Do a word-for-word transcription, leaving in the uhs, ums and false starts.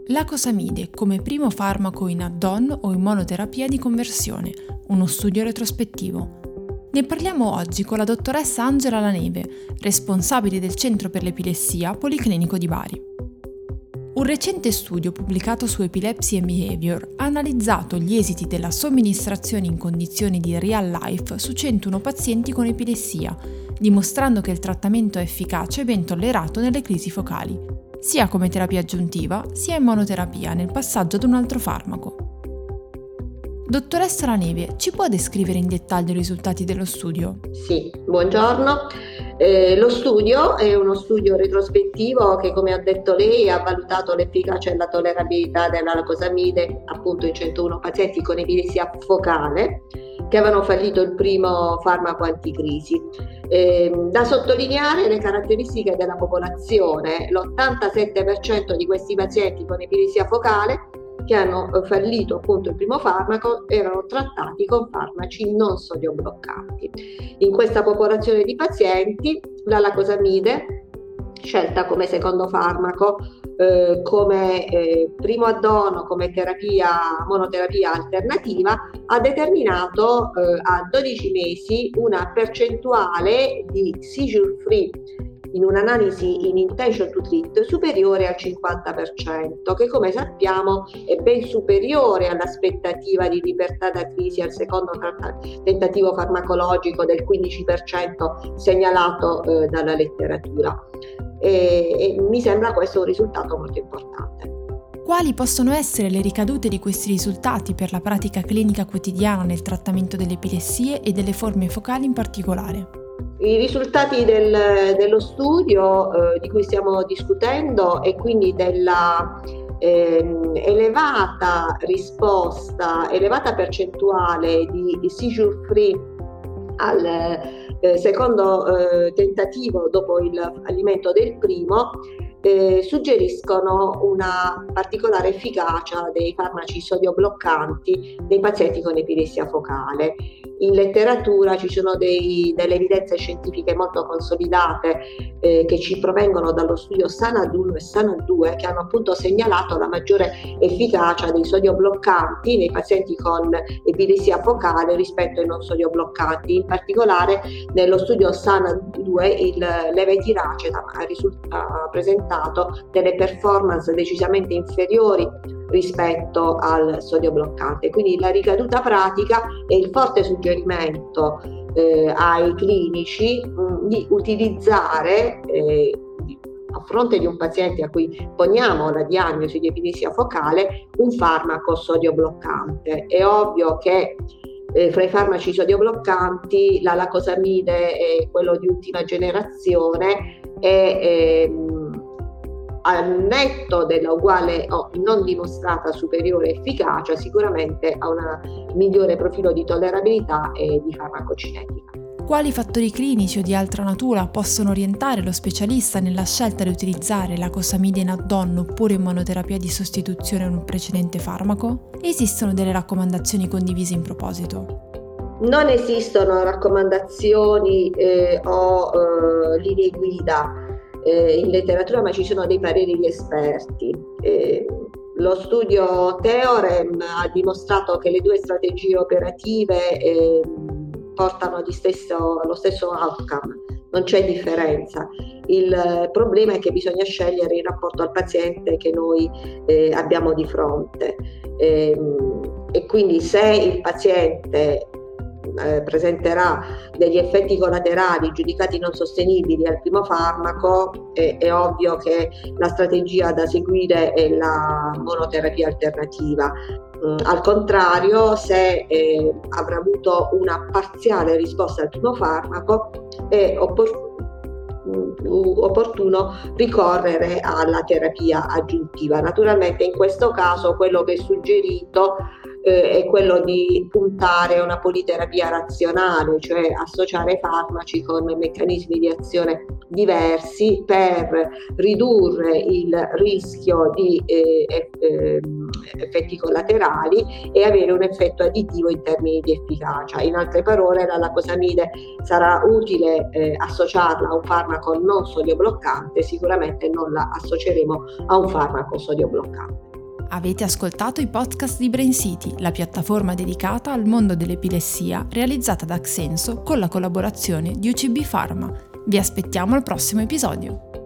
Lacosamide come primo farmaco in add-on o in monoterapia di conversione, uno studio retrospettivo. Ne parliamo oggi con la dottoressa Angela Laneve, responsabile del Centro per l'Epilessia Policlinico di Bari. Un recente studio pubblicato su Epilepsy and Behavior ha analizzato gli esiti della somministrazione in condizioni di real life su centouno pazienti con epilessia, dimostrando che il trattamento è efficace e ben tollerato nelle crisi focali, sia come terapia aggiuntiva, sia in monoterapia nel passaggio ad un altro farmaco. Dottoressa Laneve, ci può descrivere in dettaglio i risultati dello studio? Sì, buongiorno. Eh, lo studio è uno studio retrospettivo che, come ha detto lei, ha valutato l'efficacia e la tollerabilità della lacosamide appunto in centouno pazienti con epilessia focale che avevano fallito il primo farmaco anticrisi. Eh, da sottolineare le caratteristiche della popolazione: l'ottantasette per cento di questi pazienti con epilessia focale che hanno fallito appunto il primo farmaco erano trattati con farmaci non sodiobloccanti. In questa popolazione di pazienti la lacosamide, scelta come secondo farmaco, eh, come eh, primo add-on, come terapia, monoterapia alternativa, ha determinato eh, a dodici mesi una percentuale di seizure free in un'analisi in intention to treat superiore al cinquanta per cento, che come sappiamo è ben superiore all'aspettativa di libertà da crisi al secondo tentativo farmacologico del quindici per cento segnalato eh, dalla letteratura. E, e mi sembra questo un risultato molto importante. Quali possono essere le ricadute di questi risultati per la pratica clinica quotidiana nel trattamento delle epilessie e delle forme focali in particolare? I risultati del, dello studio eh, di cui stiamo discutendo e quindi della eh, elevata risposta, elevata percentuale di, di seizure free al eh, secondo eh, tentativo dopo il fallimento del primo, eh, suggeriscono una particolare efficacia dei farmaci sodiobloccanti nei pazienti con epilessia focale. In letteratura ci sono dei, delle evidenze scientifiche molto consolidate eh, che ci provengono dallo studio SANAD uno e SANAD due, che hanno appunto segnalato la maggiore efficacia dei sodiobloccanti nei pazienti con epilessia focale rispetto ai non sodiobloccanti. In particolare nello studio SANAD due il levetiracetam ha, risult- ha presentato delle performance decisamente inferiori rispetto al sodiobloccante. Quindi la ricaduta pratica è il forte suggerimento eh, ai clinici mh, di utilizzare eh, a fronte di un paziente a cui poniamo la diagnosi di epilessia focale un farmaco sodiobloccante. È ovvio che eh, fra i farmaci sodiobloccanti la lacosamide è quello di ultima generazione e ehm, al netto della uguale o non dimostrata superiore efficacia, sicuramente ha un migliore profilo di tollerabilità e di farmacocinetica. Quali fattori clinici o di altra natura possono orientare lo specialista nella scelta di utilizzare lacosamide in add-on oppure in monoterapia di sostituzione a un precedente farmaco? Esistono delle raccomandazioni condivise in proposito? Non esistono raccomandazioni eh, o eh, linee guida Eh, in letteratura, ma ci sono dei pareri di esperti. Eh, lo studio Theorem ha dimostrato che le due strategie operative eh, portano allo stesso, allo stesso outcome, non c'è differenza. Il problema è che bisogna scegliere in rapporto al paziente che noi eh, abbiamo di fronte eh, e quindi se il paziente Eh, presenterà degli effetti collaterali giudicati non sostenibili al primo farmaco, eh, è ovvio che la strategia da seguire è la monoterapia alternativa. Mm, al contrario, se eh, avrà avuto una parziale risposta al primo farmaco, è oppor- opportuno ricorrere alla terapia aggiuntiva. Naturalmente in questo caso quello che è suggerito eh, è quello di puntare a una politerapia razionale, cioè associare farmaci con meccanismi di azione diversi per ridurre il rischio di eh, eh, effetti collaterali e avere un effetto additivo in termini di efficacia. In altre parole, la lacosamide sarà utile eh, associarla a un farmaco non sodiobloccante, sicuramente non la associeremo a un farmaco sodiobloccante. Avete ascoltato i podcast di Brain City, la piattaforma dedicata al mondo dell'epilessia realizzata da Xenso con la collaborazione di U C B Pharma. Vi aspettiamo al prossimo episodio.